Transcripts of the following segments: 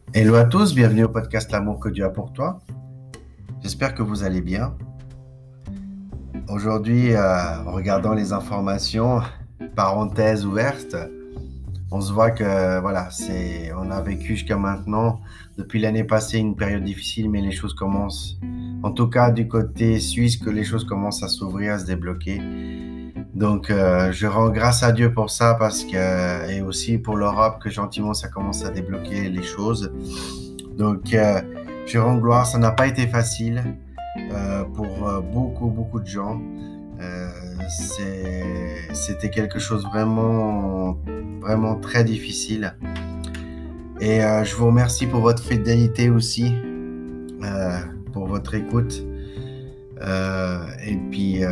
Hello à tous, bienvenue au podcast L'amour que Dieu a pour toi. J'espère que vous allez bien. Aujourd'hui, en regardant les informations, parenthèse ouverte, on se voit que on a vécu jusqu'à maintenant, depuis l'année passée, une période difficile, mais les choses commencent, en tout cas du côté suisse, que les choses commencent à s'ouvrir, à se débloquer. Donc, je rends grâce à Dieu pour ça et aussi pour l'Europe, que gentiment ça commence à débloquer les choses. Donc, je rends gloire, ça n'a pas été facile pour beaucoup de gens. C'était quelque chose vraiment très difficile. Et je vous remercie pour votre fidélité aussi, pour votre écoute. Et puis,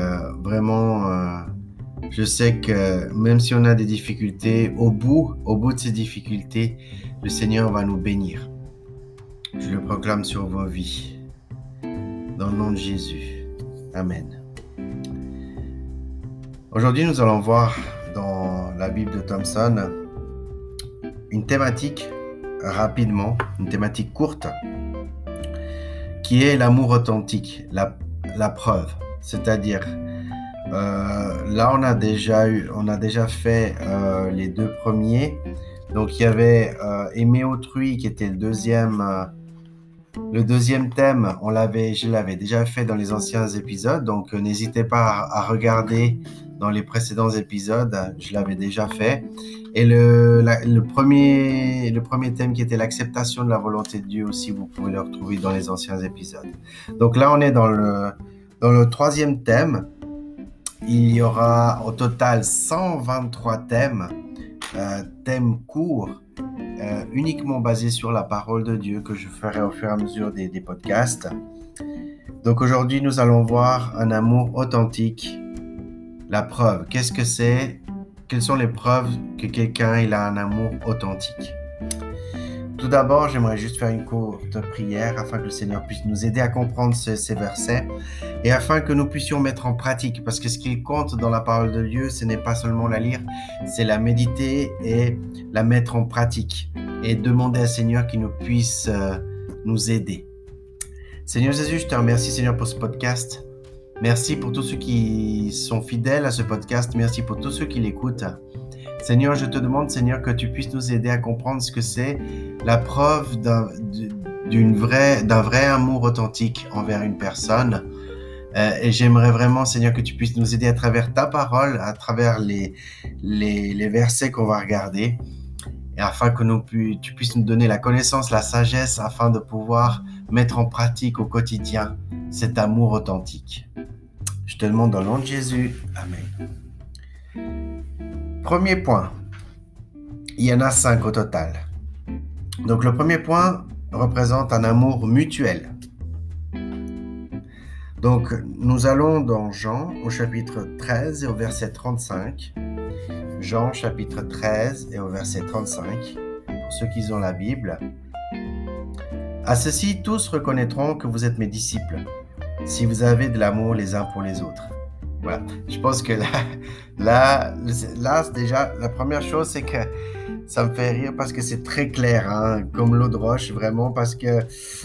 je sais que même si on a des difficultés, au bout de ces difficultés, le Seigneur va nous bénir. Je le proclame sur vos vies. Dans le nom de Jésus. Amen. Aujourd'hui, nous allons voir dans la Bible de Thompson une thématique une thématique courte, qui est l'amour authentique, la preuve. C'est-à-dire, là, on a déjà fait les deux premiers. Donc, il y avait aimer autrui, qui était le deuxième thème. Je l'avais déjà fait dans les anciens épisodes, donc n'hésitez pas à regarder dans les précédents épisodes, je l'avais déjà fait. Et le premier thème, qui était l'acceptation de la volonté de Dieu aussi, vous pouvez le retrouver dans les anciens épisodes. Donc là, on est dans le troisième thème. Il y aura au total 123 thèmes courts, uniquement basés sur la parole de Dieu, que je ferai au fur et à mesure des podcasts. Donc aujourd'hui, nous allons voir un amour authentique. La preuve, qu'est-ce que c'est? Quelles sont les preuves que quelqu'un il a un amour authentique? Tout d'abord, j'aimerais juste faire une courte prière afin que le Seigneur puisse nous aider à comprendre ces versets et afin que nous puissions mettre en pratique, parce que ce qui compte dans la parole de Dieu, ce n'est pas seulement la lire, c'est la méditer et la mettre en pratique et demander au Seigneur qu'il nous puisse nous aider. Seigneur Jésus, je te remercie, Seigneur, pour ce podcast. Merci pour tous ceux qui sont fidèles à ce podcast. Merci pour tous ceux qui l'écoutent. Seigneur, je te demande, Seigneur, que tu puisses nous aider à comprendre ce que c'est la preuve d'un vrai amour authentique envers une personne. Et j'aimerais vraiment, Seigneur, que tu puisses nous aider à travers ta parole, à travers les versets qu'on va regarder, et afin que tu puisses nous donner la connaissance, la sagesse, afin de pouvoir mettre en pratique au quotidien cet amour authentique. Je te demande dans le nom de Jésus. Amen. Premier point. Il y en a 5 au total. Donc le premier point représente un amour mutuel. Donc nous allons dans Jean au chapitre 13 et au verset 35. Jean chapitre 13 et au verset 35. Pour ceux qui ont la Bible. À ceci, tous reconnaîtront que vous êtes mes disciples, si vous avez de l'amour les uns pour les autres. Voilà. Je pense que là, déjà, la première chose, c'est que ça me fait rire parce que c'est très clair, hein, comme l'eau de roche, vraiment, parce que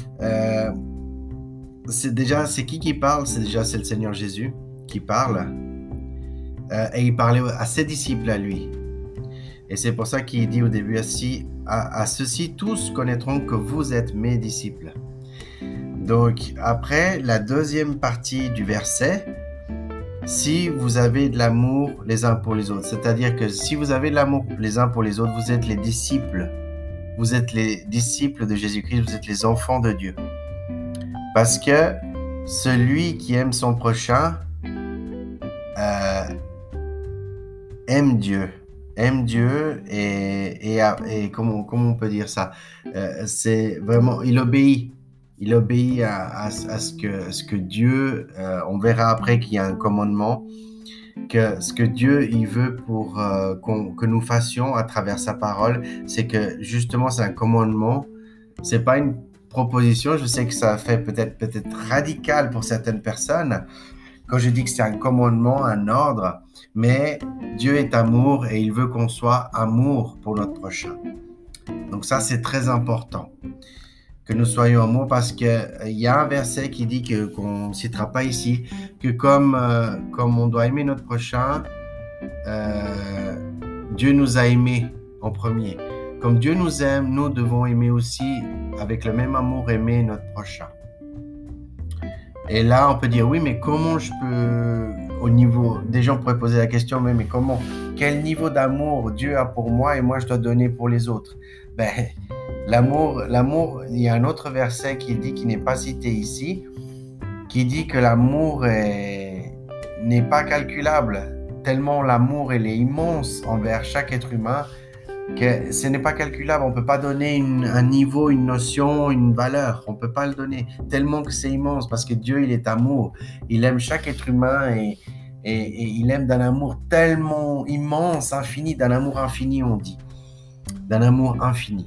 c'est qui parle? C'est le Seigneur Jésus qui parle. Et il parlait à ses disciples à lui. Et c'est pour ça qu'il dit au début, à ceci, tous connaîtront que vous êtes mes disciples. Donc, après, la deuxième partie du verset, si vous avez de l'amour les uns pour les autres. C'est-à-dire que si vous avez de l'amour les uns pour les autres, vous êtes les disciples. Vous êtes les disciples de Jésus-Christ, vous êtes les enfants de Dieu. Parce que celui qui aime son prochain aime Dieu. Aime Dieu et comment on peut dire ça? C'est vraiment, il obéit. Il obéit à ce que Dieu, on verra après qu'il y a un commandement, que ce que Dieu il veut pour que nous fassions à travers sa parole, c'est que justement c'est un commandement, c'est pas une proposition. Je sais que ça fait peut-être radical pour certaines personnes quand je dis que c'est un commandement, un ordre, mais Dieu est amour et il veut qu'on soit amour pour notre prochain. Donc ça, c'est très important que nous soyons amour parce qu'il y a un verset qui dit qu'on ne citera pas ici, que comme on doit aimer notre prochain, Dieu nous a aimés en premier. Comme Dieu nous aime, nous devons aimer aussi, avec le même amour, aimer notre prochain. Et là, on peut dire, oui, mais comment je peux, au niveau, des gens pourraient poser la question, mais comment, quel niveau d'amour Dieu a pour moi et moi je dois donner pour les autres? Ben, l'amour, il y a un autre verset qui dit, qui n'est pas cité ici, qui dit que l'amour n'est pas calculable, tellement l'amour il est immense envers chaque être humain, que ce n'est pas calculable. On ne peut pas donner un niveau, une notion, une valeur. On ne peut pas le donner, tellement que c'est immense, parce que Dieu, il est amour. Il aime chaque être humain et il aime d'un amour tellement immense, infini, d'un amour infini, on dit. D'un amour infini.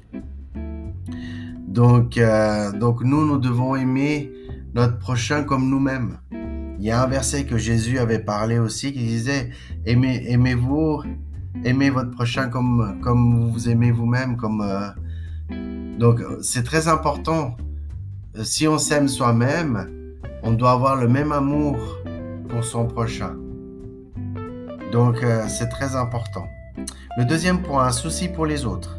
Donc nous devons aimer notre prochain comme nous-mêmes. Il y a un verset que Jésus avait parlé aussi, qui disait « Aimez-vous, aimez votre prochain comme vous vous aimez vous-même. » Donc, c'est très important. Si on s'aime soi-même, on doit avoir le même amour pour son prochain. Donc, c'est très important. Le deuxième point, un souci pour les autres.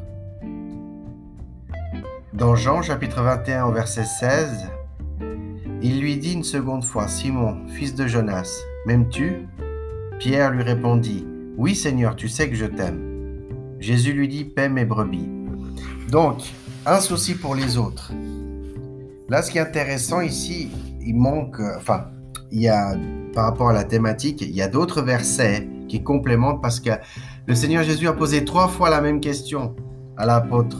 Dans Jean, chapitre 21, au verset 16, il lui dit une seconde fois, « Simon, fils de Jonas, m'aimes-tu » Pierre lui répondit, « Oui, Seigneur, tu sais que je t'aime. » Jésus lui dit, « Paie mes brebis. » Donc, un souci pour les autres. Là, ce qui est intéressant ici, il y a, par rapport à la thématique, il y a d'autres versets qui complémentent parce que le Seigneur Jésus a posé 3 fois la même question à l'apôtre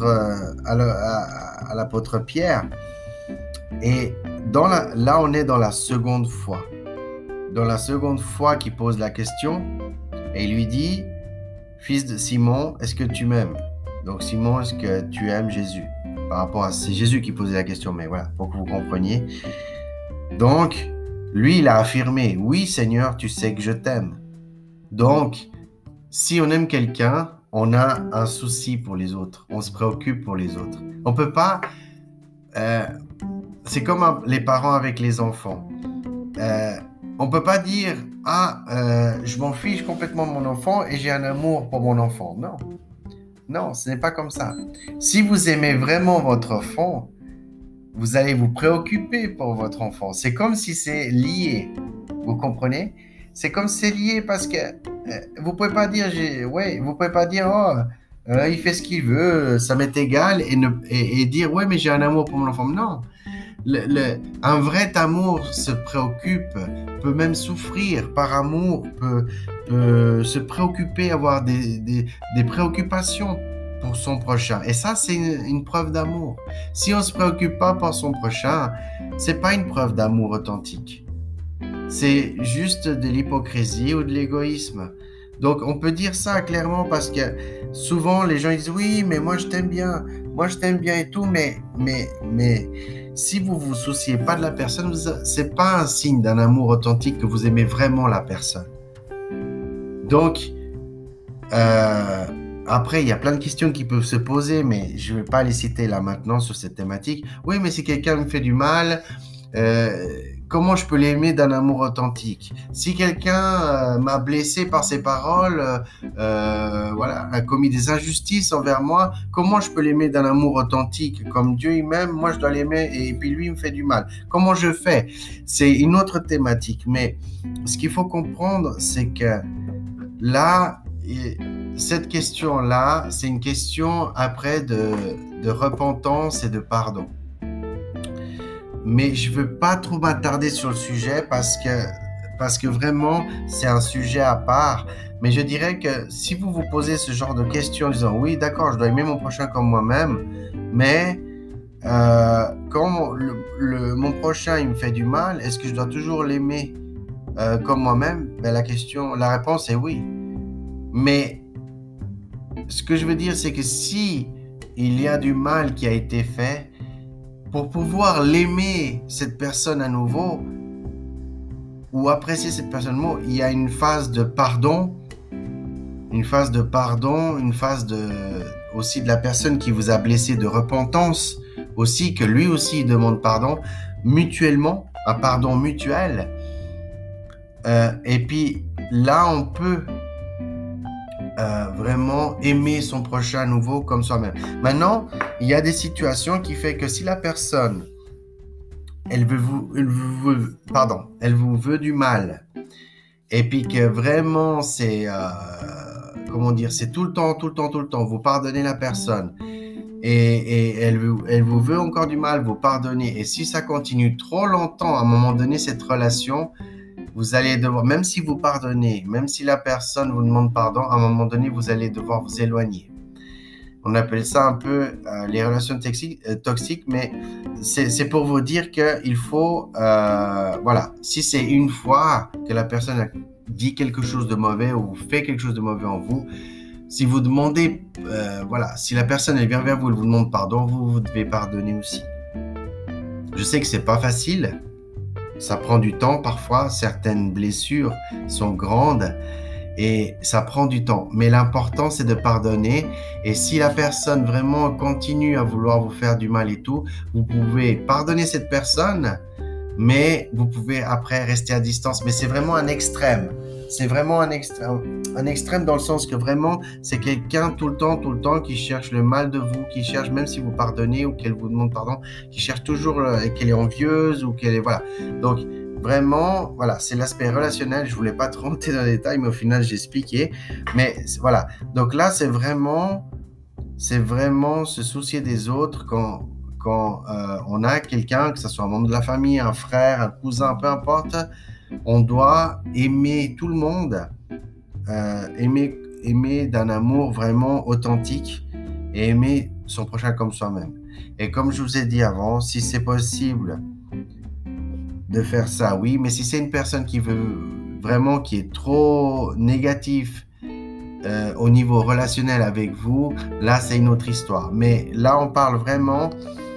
Pierre. Et là, on est dans la seconde fois. Dans la seconde fois qu'il pose la question, et il lui dit, « Fils de Simon, est-ce que tu m'aimes ?» Donc, Simon, est-ce que tu aimes Jésus? Par rapport à... C'est Jésus qui posait la question, mais voilà, pour que vous compreniez. Donc, lui, il a affirmé, « Oui, Seigneur, tu sais que je t'aime. » Donc, si on aime quelqu'un, on a un souci pour les autres. On se préoccupe pour les autres. On peut pas... c'est comme les parents avec les enfants. On peut pas dire je m'en fiche complètement de mon enfant et j'ai un amour pour mon enfant. Non, ce n'est pas comme ça. Si vous aimez vraiment votre enfant, vous allez vous préoccuper pour votre enfant. C'est comme si c'est lié. Vous comprenez? C'est comme si c'est lié parce que vous pouvez pas dire vous pouvez pas dire il fait ce qu'il veut, ça m'est égal et dire ouais mais j'ai un amour pour mon enfant. Non. Un vrai amour se préoccupe, peut même souffrir par amour, peut se préoccuper, avoir des préoccupations pour son prochain. Et ça, c'est une preuve d'amour. Si on ne se préoccupe pas pour son prochain, ce n'est pas une preuve d'amour authentique. C'est juste de l'hypocrisie ou de l'égoïsme. Donc, on peut dire ça clairement parce que souvent, les gens disent « Oui, mais moi, je t'aime bien et tout, mais si vous ne vous souciez pas de la personne, ce n'est pas un signe d'un amour authentique que vous aimez vraiment la personne. » Donc, après, il y a plein de questions qui peuvent se poser, mais je ne vais pas les citer là maintenant sur cette thématique. Oui, mais si quelqu'un me fait du mal, comment je peux l'aimer d'un amour authentique? Si quelqu'un m'a blessé par ses paroles, a commis des injustices envers moi, comment je peux l'aimer d'un amour authentique? Comme Dieu il m'aime, moi je dois l'aimer et puis lui il me fait du mal. Comment je fais? C'est une autre thématique, mais ce qu'il faut comprendre, c'est que là, cette question-là, c'est une question après de repentance et de pardon. Mais je ne veux pas trop m'attarder sur le sujet parce que vraiment, c'est un sujet à part. Mais je dirais que si vous vous posez ce genre de questions en disant « Oui, d'accord, je dois aimer mon prochain comme moi-même, mais quand mon prochain il me fait du mal, est-ce que je dois toujours l'aimer comme moi-même ?» La réponse est oui. Mais ce que je veux dire, c'est que si il y a du mal qui a été fait, pour pouvoir l'aimer, cette personne à nouveau, ou apprécier cette personne à nouveau, il y a une phase de pardon, une phase de pardon, une phase aussi de la personne qui vous a blessé, de repentance aussi, que lui aussi il demande pardon mutuellement, un pardon mutuel. Et puis là, on peut vraiment aimer son prochain à nouveau comme soi-même. Maintenant, il y a des situations qui fait que si la personne, elle vous veut du mal, et puis que vraiment c'est, comment dire, c'est tout le temps, vous pardonnez la personne, et elle vous veut encore du mal, vous pardonnez, et si ça continue trop longtemps, à un moment donné, cette relation, vous allez devoir, même si vous pardonnez, même si la personne vous demande pardon, à un moment donné, vous allez devoir vous éloigner. On appelle ça un peu les relations toxiques, mais c'est pour vous dire qu'il faut, voilà, si c'est une fois que la personne a dit quelque chose de mauvais ou fait quelque chose de mauvais en vous, si vous demandez, voilà, si la personne elle vient vers vous et vous demande pardon, vous devez pardonner aussi. Je sais que c'est pas facile, ça prend du temps parfois, certaines blessures sont grandes et ça prend du temps. Mais l'important, c'est de pardonner. Et si la personne vraiment continue à vouloir vous faire du mal et tout, vous pouvez pardonner cette personne, mais vous pouvez après rester à distance. Mais c'est vraiment un extrême. C'est vraiment un extrême dans le sens que vraiment, c'est quelqu'un tout le temps qui cherche le mal de vous, qui cherche, même si vous pardonnez ou qu'elle vous demande pardon, qui cherche toujours qu'elle est envieuse ou qu'elle est, voilà. Donc, vraiment, voilà, c'est l'aspect relationnel. Je voulais pas trop rentrer dans les détails, mais au final, j'ai expliqué. Mais voilà. Donc là, c'est vraiment se soucier des autres quand on a quelqu'un, que ce soit un membre de la famille, un frère, un cousin, peu importe. On doit aimer tout le monde, aimer d'un amour vraiment authentique et aimer son prochain comme soi-même. Et comme je vous ai dit avant, si c'est possible de faire ça, oui, mais si c'est une personne qui veut vraiment, qui est trop négatif au niveau relationnel avec vous, là c'est une autre histoire. Mais là on parle vraiment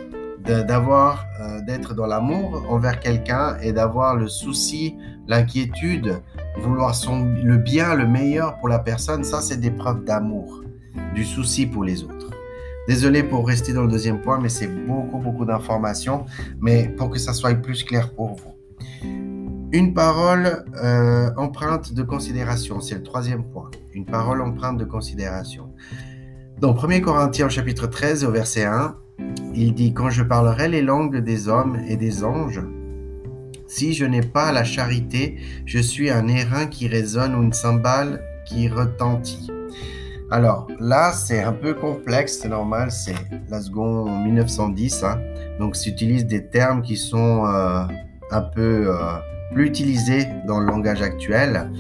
d'être dans l'amour envers quelqu'un et d'avoir le souci, l'inquiétude, vouloir le bien, le meilleur pour la personne. Ça c'est des preuves d'amour, du souci pour les autres. Désolé pour rester dans le deuxième point, mais c'est beaucoup d'informations, mais pour que ça soit plus clair pour vous. Une parole empreinte de considération, c'est le troisième point. Une parole empreinte de considération. Dans 1 Corinthiens chapitre 13 au verset 1, il dit « Quand je parlerai les langues des hommes et des anges, si je n'ai pas la charité, je suis un airain qui résonne ou une cymbale qui retentit. » Alors là, c'est un peu complexe, c'est normal, c'est la seconde 1910, hein, donc s'utilise des termes qui sont un peu plus utilisés dans le langage actuel.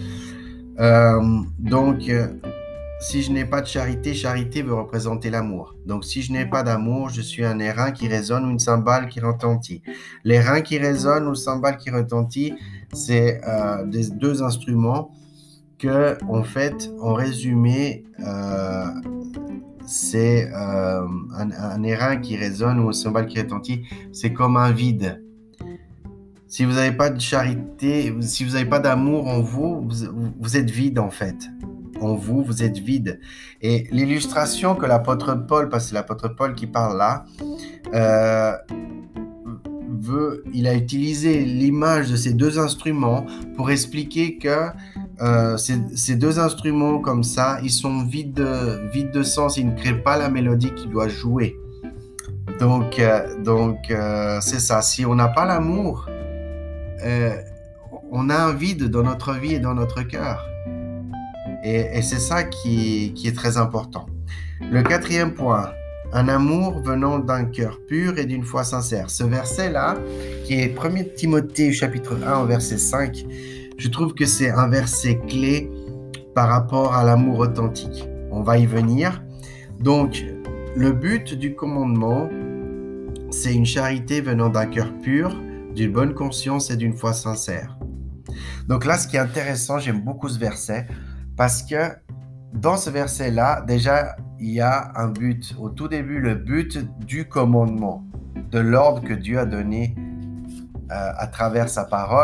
Si je n'ai pas de charité, charité veut représenter l'amour. Donc, si je n'ai pas d'amour, je suis un airain qui résonne ou une cymbale qui retentit. L'airain qui résonne ou cymbale qui retentit, c'est deux instruments que, en fait, en résumé, c'est un airain qui résonne ou une cymbale qui retentit, c'est comme un vide. Si vous n'avez pas de charité, si vous n'avez pas d'amour en vous, vous êtes vide en fait. En vous, vous êtes vide. Et l'illustration que l'apôtre Paul, parce que c'est l'apôtre Paul qui parle là, il a utilisé l'image de ces deux instruments pour expliquer que ces deux instruments comme ça, ils sont vides de sens, ils ne créent pas la mélodie qu'il doit jouer. Donc c'est ça. Si on n'a pas l'amour, on a un vide dans notre vie et dans notre cœur. Et c'est ça qui est très important. Le quatrième point, un amour venant d'un cœur pur et d'une foi sincère. Ce verset-là, qui est 1 Timothée chapitre 1 verset 5, je trouve que c'est un verset clé par rapport à l'amour authentique. On va y venir. Donc, le but du commandement, c'est une charité venant d'un cœur pur, d'une bonne conscience et d'une foi sincère. Donc là, ce qui est intéressant, j'aime beaucoup ce verset, parce que dans ce verset-là, déjà, il y a un but. Au tout début, le but du commandement, de l'ordre que Dieu a donné à travers sa parole,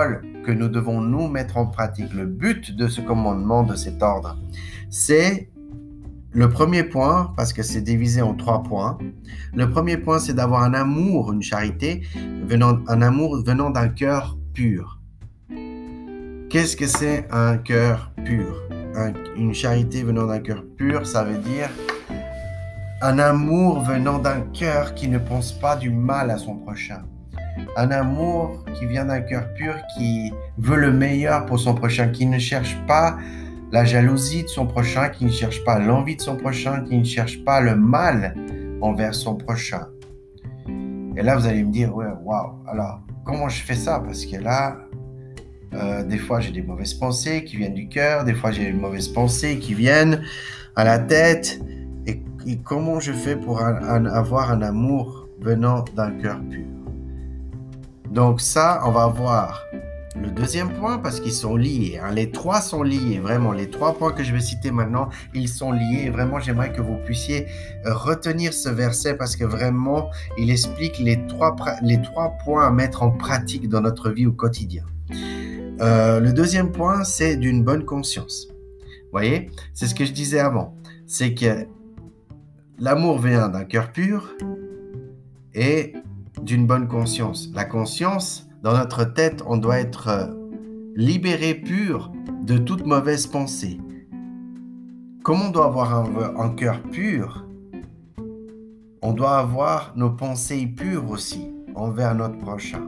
que nous devons nous mettre en pratique. Le but de ce commandement, de cet ordre, c'est le premier point, parce que c'est divisé en 3 points. Le premier point, c'est d'avoir un amour, une charité, un amour venant d'un cœur pur. Qu'est-ce que c'est un cœur pur? Une charité venant d'un cœur pur, ça veut dire un amour venant d'un cœur qui ne pense pas du mal à son prochain. Un amour qui vient d'un cœur pur, qui veut le meilleur pour son prochain, qui ne cherche pas la jalousie de son prochain, qui ne cherche pas l'envie de son prochain, qui ne cherche pas le mal envers son prochain. Et là, vous allez me dire, ouais, waouh, alors, comment je fais ça? Parce que là, des fois, j'ai des mauvaises pensées qui viennent du cœur, des fois, j'ai des mauvaises pensées qui viennent à la tête. Et comment je fais pour avoir un amour venant d'un cœur pur? Donc ça, on va voir le deuxième point parce qu'ils sont liés. Les 3 sont liés, vraiment. Les 3 points que je vais citer maintenant, ils sont liés. Et vraiment, j'aimerais que vous puissiez retenir ce verset parce que vraiment, il explique les 3 points à mettre en pratique dans notre vie au quotidien. Le deuxième point, c'est d'une bonne conscience. Vous voyez, c'est ce que je disais avant. C'est que l'amour vient d'un cœur pur et d'une bonne conscience. La conscience, dans notre tête, on doit être libéré, pur de toute mauvaise pensée. Comme on doit avoir un cœur pur, on doit avoir nos pensées pures aussi envers notre prochain.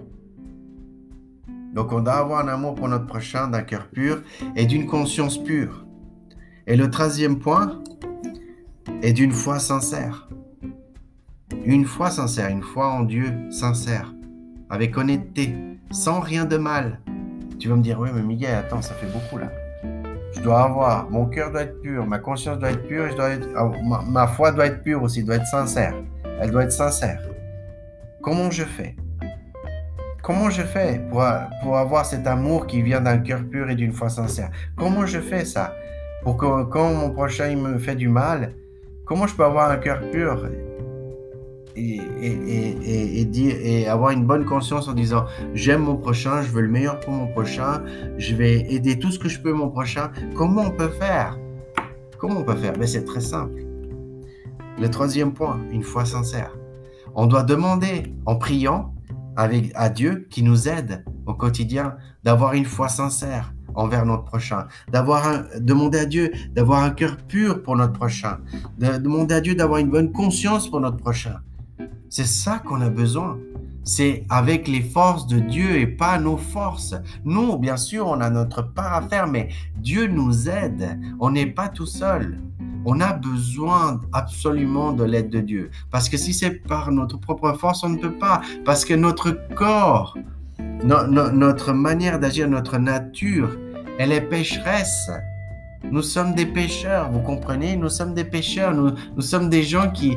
Donc on doit avoir un amour pour notre prochain d'un cœur pur et d'une conscience pure. Et le 13e point est d'une foi sincère. Une foi sincère, une foi en Dieu sincère, avec honnêteté, sans rien de mal. Tu vas me dire, oui, mais Miguel, attends, ça fait beaucoup là. Je dois avoir, mon cœur doit être pur, ma conscience doit être pure, ma foi doit être pure aussi, doit être sincère. Elle doit être sincère. Comment je fais? Comment je fais pour avoir cet amour qui vient d'un cœur pur et d'une foi sincère? Comment je fais ça? Pour que quand mon prochain il me fait du mal, comment je peux avoir un cœur pur et avoir une bonne conscience en disant j'aime mon prochain, je veux le meilleur pour mon prochain, je vais aider tout ce que je peux mon prochain. Comment on peut faire? Ben, c'est très simple. Le 3e point, une foi sincère. On doit demander en priant à Dieu qui nous aide au quotidien d'avoir une foi sincère envers notre prochain, demander à Dieu d'avoir un cœur pur pour notre prochain, demander à Dieu d'avoir une bonne conscience pour notre prochain. C'est ça qu'on a besoin. C'est avec les forces de Dieu et pas nos forces. Nous, bien sûr, on a notre part à faire, mais Dieu nous aide. On n'est pas tout seul. On a besoin absolument de l'aide de Dieu. Parce que si c'est par notre propre force, on ne peut pas. Parce que notre corps, notre manière d'agir, notre nature, elle est pécheresse. Nous sommes des pécheurs, vous comprenez? Nous sommes des pécheurs. Nous sommes des gens qui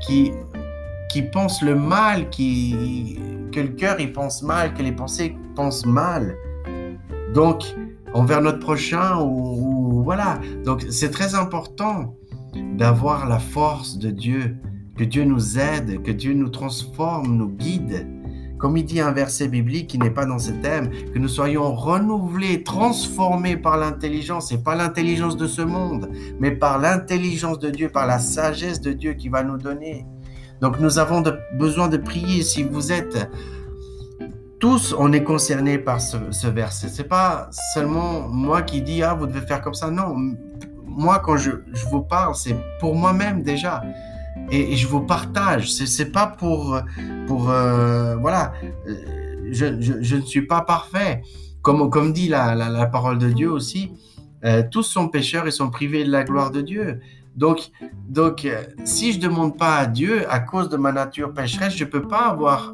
pensent le mal, que le cœur il pense mal, que les pensées pensent mal. Donc, envers notre prochain, ou voilà. Donc, c'est très important d'avoir la force de Dieu, que Dieu nous aide, que Dieu nous transforme, nous guide. Comme il dit un verset biblique qui n'est pas dans ce thème, que nous soyons renouvelés, transformés par l'intelligence, et pas l'intelligence de ce monde, mais par l'intelligence de Dieu, par la sagesse de Dieu qui va nous donner. Donc, nous avons besoin de prier. Si vous êtes tous, on est concernés par ce verset. C'est pas seulement moi qui dis « Ah, vous devez faire comme ça ». Non, moi, quand je vous parle, c'est pour moi-même déjà. Et je vous partage. C'est pas pour voilà. Je ne suis pas parfait. Comme dit la parole de Dieu aussi, tous sont pécheurs et sont privés de la gloire de Dieu. Donc, si je ne demande pas à Dieu, à cause de ma nature pécheresse, je ne peux pas avoir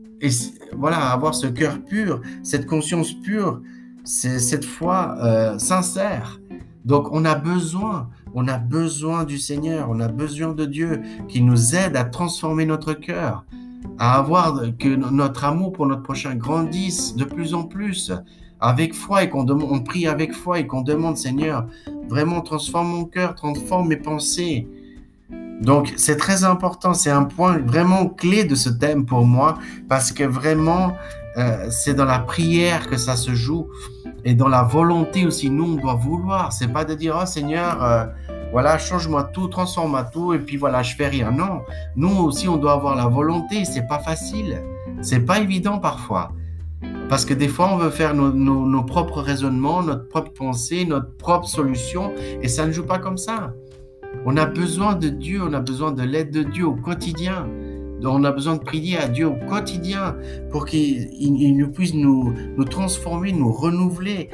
ce cœur pur, cette conscience pure, cette foi sincère. Donc, on a besoin du Seigneur, on a besoin de Dieu qui nous aide à transformer notre cœur, à avoir que notre amour pour notre prochain grandisse de plus en plus, avec foi, et on prie avec foi et qu'on demande, Seigneur, vraiment transforme mon cœur, transforme mes pensées. Donc, c'est très important, c'est un point vraiment clé de ce thème pour moi, parce que vraiment, c'est dans la prière que ça se joue et dans la volonté aussi. Nous, on doit vouloir. C'est pas de dire, oh Seigneur, voilà, change-moi tout, transforme-moi tout et puis voilà, je fais rien. Non, nous aussi, on doit avoir la volonté. C'est pas facile. C'est pas évident parfois. Parce que des fois, on veut faire nos propres raisonnements, notre propre pensée, notre propre solution, et ça ne joue pas comme ça. On a besoin de Dieu, on a besoin de l'aide de Dieu au quotidien. On a besoin de prier à Dieu au quotidien pour qu'il nous puisse nous transformer, nous renouveler,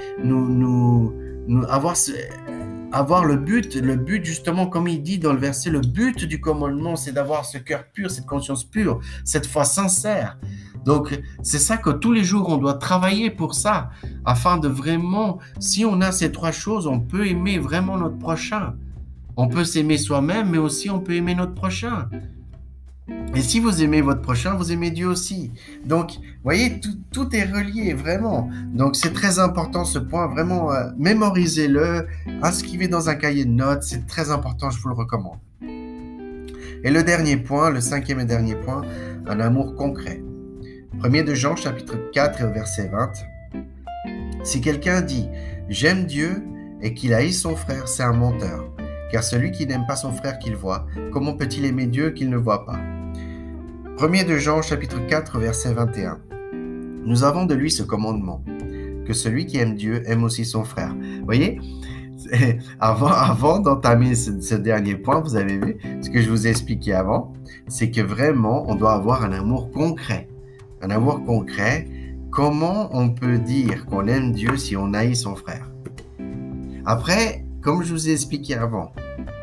avoir le but justement, comme il dit dans le verset, le but du commandement, c'est d'avoir ce cœur pur, cette conscience pure, cette foi sincère. Donc, c'est ça que tous les jours, on doit travailler pour ça, afin de vraiment, si on a ces trois choses, on peut aimer vraiment notre prochain. On peut s'aimer soi-même, mais aussi on peut aimer notre prochain. Et si vous aimez votre prochain, vous aimez Dieu aussi. Donc, vous voyez, tout est relié, vraiment. Donc, c'est très important ce point, vraiment, mémorisez-le, inscrivez dans un cahier de notes, c'est très important, je vous le recommande. Et le dernier point, le cinquième et dernier point, un amour concret. 1er de Jean, chapitre 4 et au verset 20. Si quelqu'un dit « J'aime Dieu » et qu'il haït son frère, c'est un menteur. Car celui qui n'aime pas son frère qu'il voit, comment peut-il aimer Dieu qu'il ne voit pas? 1er de Jean, chapitre 4, verset 21. Nous avons de lui ce commandement, que celui qui aime Dieu aime aussi son frère. Vous voyez, avant d'entamer ce dernier point, vous avez vu ce que je vous ai expliqué avant, c'est que vraiment, on doit avoir un amour concret. Un amour concret, comment on peut dire qu'on aime Dieu si on haït son frère? Après, comme je vous ai expliqué avant,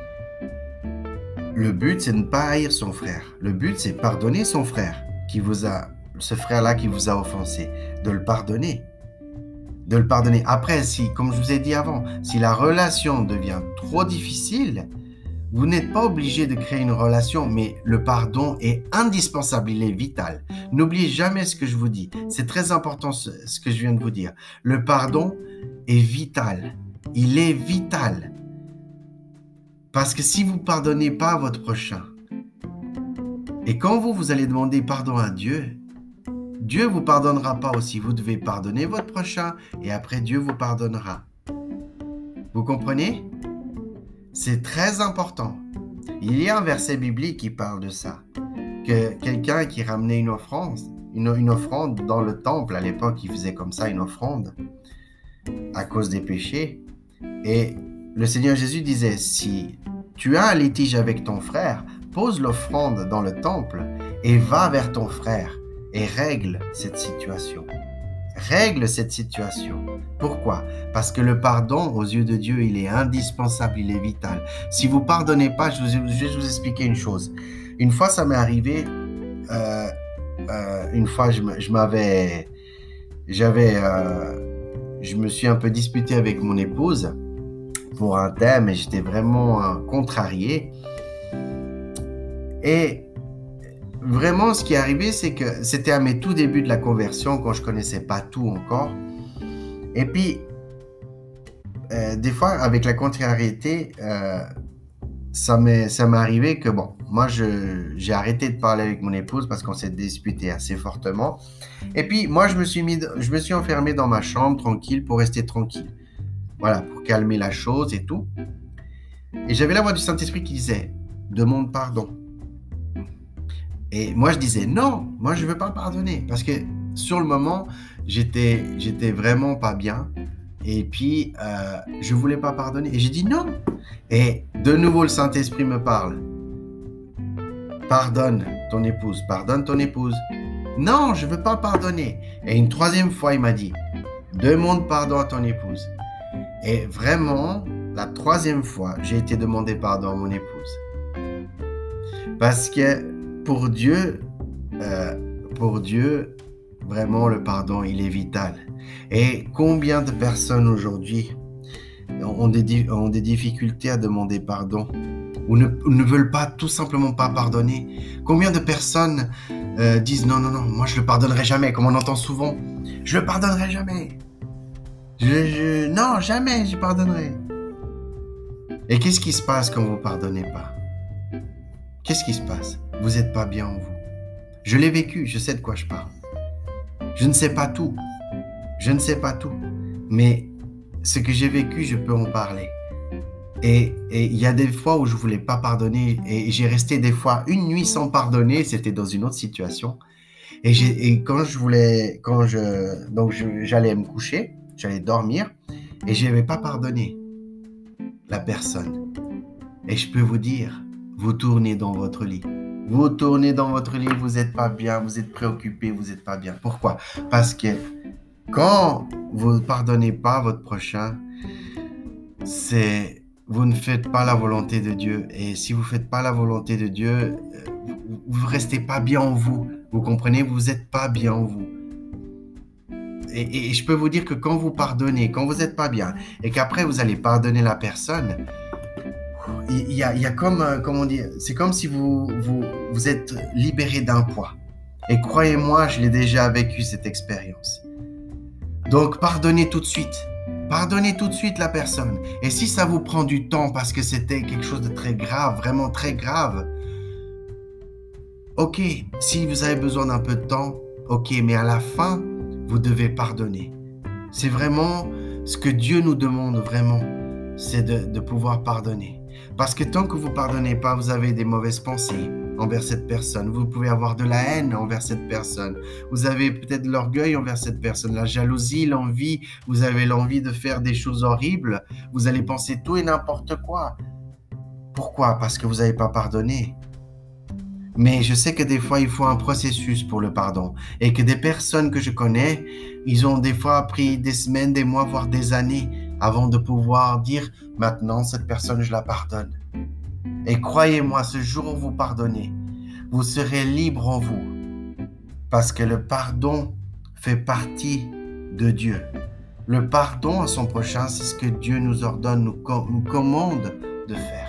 le but, c'est de ne pas haïr son frère. Le but, c'est pardonner son frère, ce frère-là qui vous a offensé, de le pardonner. De le pardonner. Après, comme je vous ai dit avant, si la relation devient trop difficile, vous n'êtes pas obligé de créer une relation, mais le pardon est indispensable, il est vital. N'oubliez jamais ce que je vous dis. C'est très important ce que je viens de vous dire. Le pardon est vital. Il est vital. Parce que si vous ne pardonnez pas votre prochain, et quand vous allez demander pardon à Dieu, Dieu ne vous pardonnera pas aussi. Vous devez pardonner votre prochain et après Dieu vous pardonnera. Vous comprenez? C'est très important. Il y a un verset biblique qui parle de ça. Que quelqu'un qui ramenait une offrande dans le temple, à l'époque, il faisait comme ça une offrande à cause des péchés. Et le Seigneur Jésus disait, si tu as un litige avec ton frère, pose l'offrande dans le temple et va vers ton frère et règle cette situation. Règle cette situation. Pourquoi? Parce que le pardon, aux yeux de Dieu, il est indispensable, il est vital. Si vous ne pardonnez pas, je vais vous expliquer une chose. Une fois, ça m'est arrivé, une fois, je me suis un peu disputé avec mon épouse pour un thème et j'étais vraiment contrarié. Et vraiment, ce qui est arrivé, c'est que c'était à mes tout débuts de la conversion, quand je ne connaissais pas tout encore. Et puis, des fois, avec la contrariété, ça m'est arrivé que, moi, j'ai arrêté de parler avec mon épouse parce qu'on s'est disputé assez fortement. Et puis, moi, je me suis enfermé dans ma chambre, tranquille, pour rester tranquille. Voilà, pour calmer la chose et tout. Et j'avais la voix du Saint-Esprit qui disait « Demande pardon ». Et moi, je disais « Non, moi, je ne veux pas pardonner ». Parce que sur le moment, j'étais vraiment pas bien. Et puis, je ne voulais pas pardonner. Et j'ai dit « Non ». Et de nouveau, le Saint-Esprit me parle. « Pardonne ton épouse, pardonne ton épouse ». Non, je ne veux pas pardonner. Et une troisième fois, il m'a dit « Demande pardon à ton épouse ». Et vraiment, la troisième fois, j'ai été demander pardon à mon épouse. Parce que pour Dieu, vraiment, le pardon, il est vital. Et combien de personnes aujourd'hui ont des difficultés à demander pardon ou ne veulent pas, tout simplement pas pardonner? Combien de personnes disent non, moi je le pardonnerai jamais, comme on entend souvent. Je le pardonnerai jamais. Non, jamais je pardonnerai. Et qu'est-ce qui se passe quand vous ne pardonnez pas? Qu'est-ce qui se passe? Vous n'êtes pas bien en vous. Je l'ai vécu, je sais de quoi je parle. Je ne sais pas tout. Je ne sais pas tout. Mais ce que j'ai vécu, je peux en parler. Et il y a des fois où je voulais pas pardonner et j'ai resté des fois une nuit sans pardonner. C'était dans une autre situation. Et j'allais me coucher, j'allais dormir et je n'avais pas pardonné la personne. Et je peux vous dire, vous tournez dans votre lit. Vous tournez dans votre lit, vous n'êtes pas bien, vous êtes préoccupé, vous n'êtes pas bien. Pourquoi? Parce que quand vous ne pardonnez pas votre prochain, vous ne faites pas la volonté de Dieu. Et si vous ne faites pas la volonté de Dieu, vous ne restez pas bien en vous. Vous comprenez? Vous n'êtes pas bien en vous. Et je peux vous dire que quand vous pardonnez, quand vous n'êtes pas bien, et qu'après vous allez pardonner la personne, il y a comme, comment dire, c'est comme si vous êtes libéré d'un poids. Et croyez-moi, je l'ai déjà vécu cette expérience. Donc pardonnez tout de suite. Pardonnez tout de suite la personne. Et si ça vous prend du temps parce que c'était quelque chose de très grave, vraiment très grave, ok, si vous avez besoin d'un peu de temps, ok, mais à la fin, vous devez pardonner. C'est vraiment ce que Dieu nous demande vraiment, c'est de pouvoir pardonner. Parce que tant que vous ne pardonnez pas, vous avez des mauvaises pensées envers cette personne. Vous pouvez avoir de la haine envers cette personne. Vous avez peut-être de l'orgueil envers cette personne, la jalousie, l'envie. Vous avez l'envie de faire des choses horribles. Vous allez penser tout et n'importe quoi. Pourquoi? Parce que vous n'avez pas pardonné. Mais je sais que des fois, il faut un processus pour le pardon. Et que des personnes que je connais, ils ont des fois pris des semaines, des mois, voire des années avant de pouvoir dire « Maintenant, cette personne, je la pardonne ». Et croyez-moi, ce jour où vous pardonnez, vous serez libre en vous. Parce que le pardon fait partie de Dieu. Le pardon à son prochain, c'est ce que Dieu nous ordonne, nous commande de faire.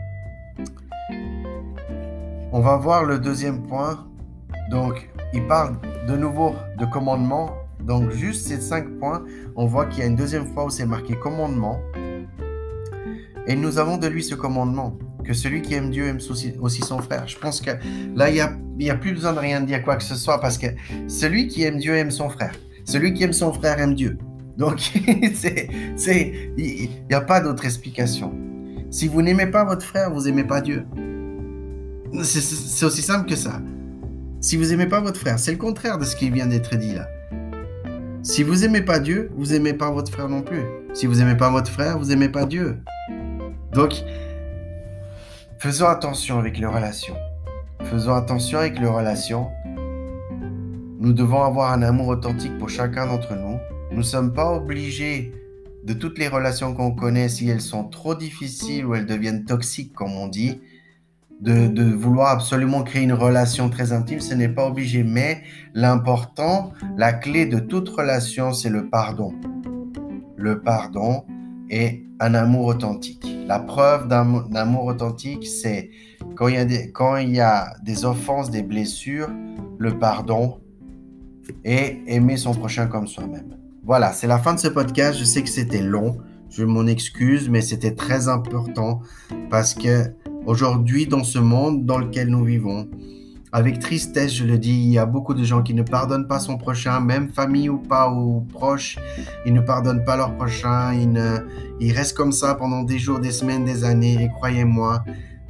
On va voir le deuxième point. Donc, il parle de nouveau de commandement. Donc, juste ces 5 points, on voit qu'il y a une deuxième fois où c'est marqué commandement. Et nous avons de lui ce commandement, que celui qui aime Dieu aime aussi son frère. Je pense que là, il n'y a plus besoin de rien dire quoi que ce soit, parce que celui qui aime Dieu aime son frère. Celui qui aime son frère aime Dieu. Donc, il n'y a pas d'autre explication. Si vous n'aimez pas votre frère, vous n'aimez pas Dieu. C'est aussi simple que ça. Si vous n'aimez pas votre frère, c'est le contraire de ce qui vient d'être dit là. Si vous n'aimez pas Dieu, vous n'aimez pas votre frère non plus. Si vous n'aimez pas votre frère, vous n'aimez pas Dieu. Donc, faisons attention avec les relations. Faisons attention avec les relations. Nous devons avoir un amour authentique pour chacun d'entre nous. Nous ne sommes pas obligés de toutes les relations qu'on connaît, si elles sont trop difficiles ou elles deviennent toxiques, comme on dit, de vouloir absolument créer une relation très intime, ce n'est pas obligé. Mais l'important, la clé de toute relation, c'est le pardon. Le pardon et un amour authentique. La preuve d'un amour authentique, c'est quand il y a des offenses, des blessures, le pardon et aimer son prochain comme soi-même. Voilà, c'est la fin de ce podcast. Je sais que c'était long, je m'en excuse, mais c'était très important parce que aujourd'hui, dans ce monde dans lequel nous vivons, avec tristesse, je le dis, il y a beaucoup de gens qui ne pardonnent pas son prochain, même famille ou pas, ou proches, ils ne pardonnent pas leur prochain, ils restent comme ça pendant des jours, des semaines, des années, et croyez-moi,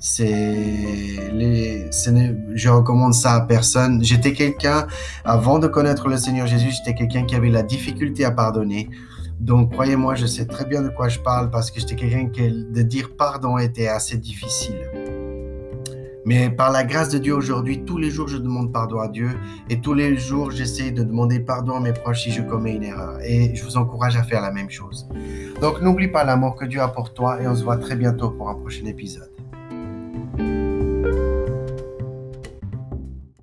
je recommande ça à personne. J'étais quelqu'un, avant de connaître le Seigneur Jésus, j'étais quelqu'un qui avait la difficulté à pardonner. Donc, croyez-moi, je sais très bien de quoi je parle parce que j'étais quelqu'un de dire pardon était assez difficile. Mais par la grâce de Dieu aujourd'hui, tous les jours, je demande pardon à Dieu et tous les jours, j'essaie de demander pardon à mes proches si je commets une erreur. Et je vous encourage à faire la même chose. Donc, n'oublie pas l'amour que Dieu a pour toi et on se voit très bientôt pour un prochain épisode.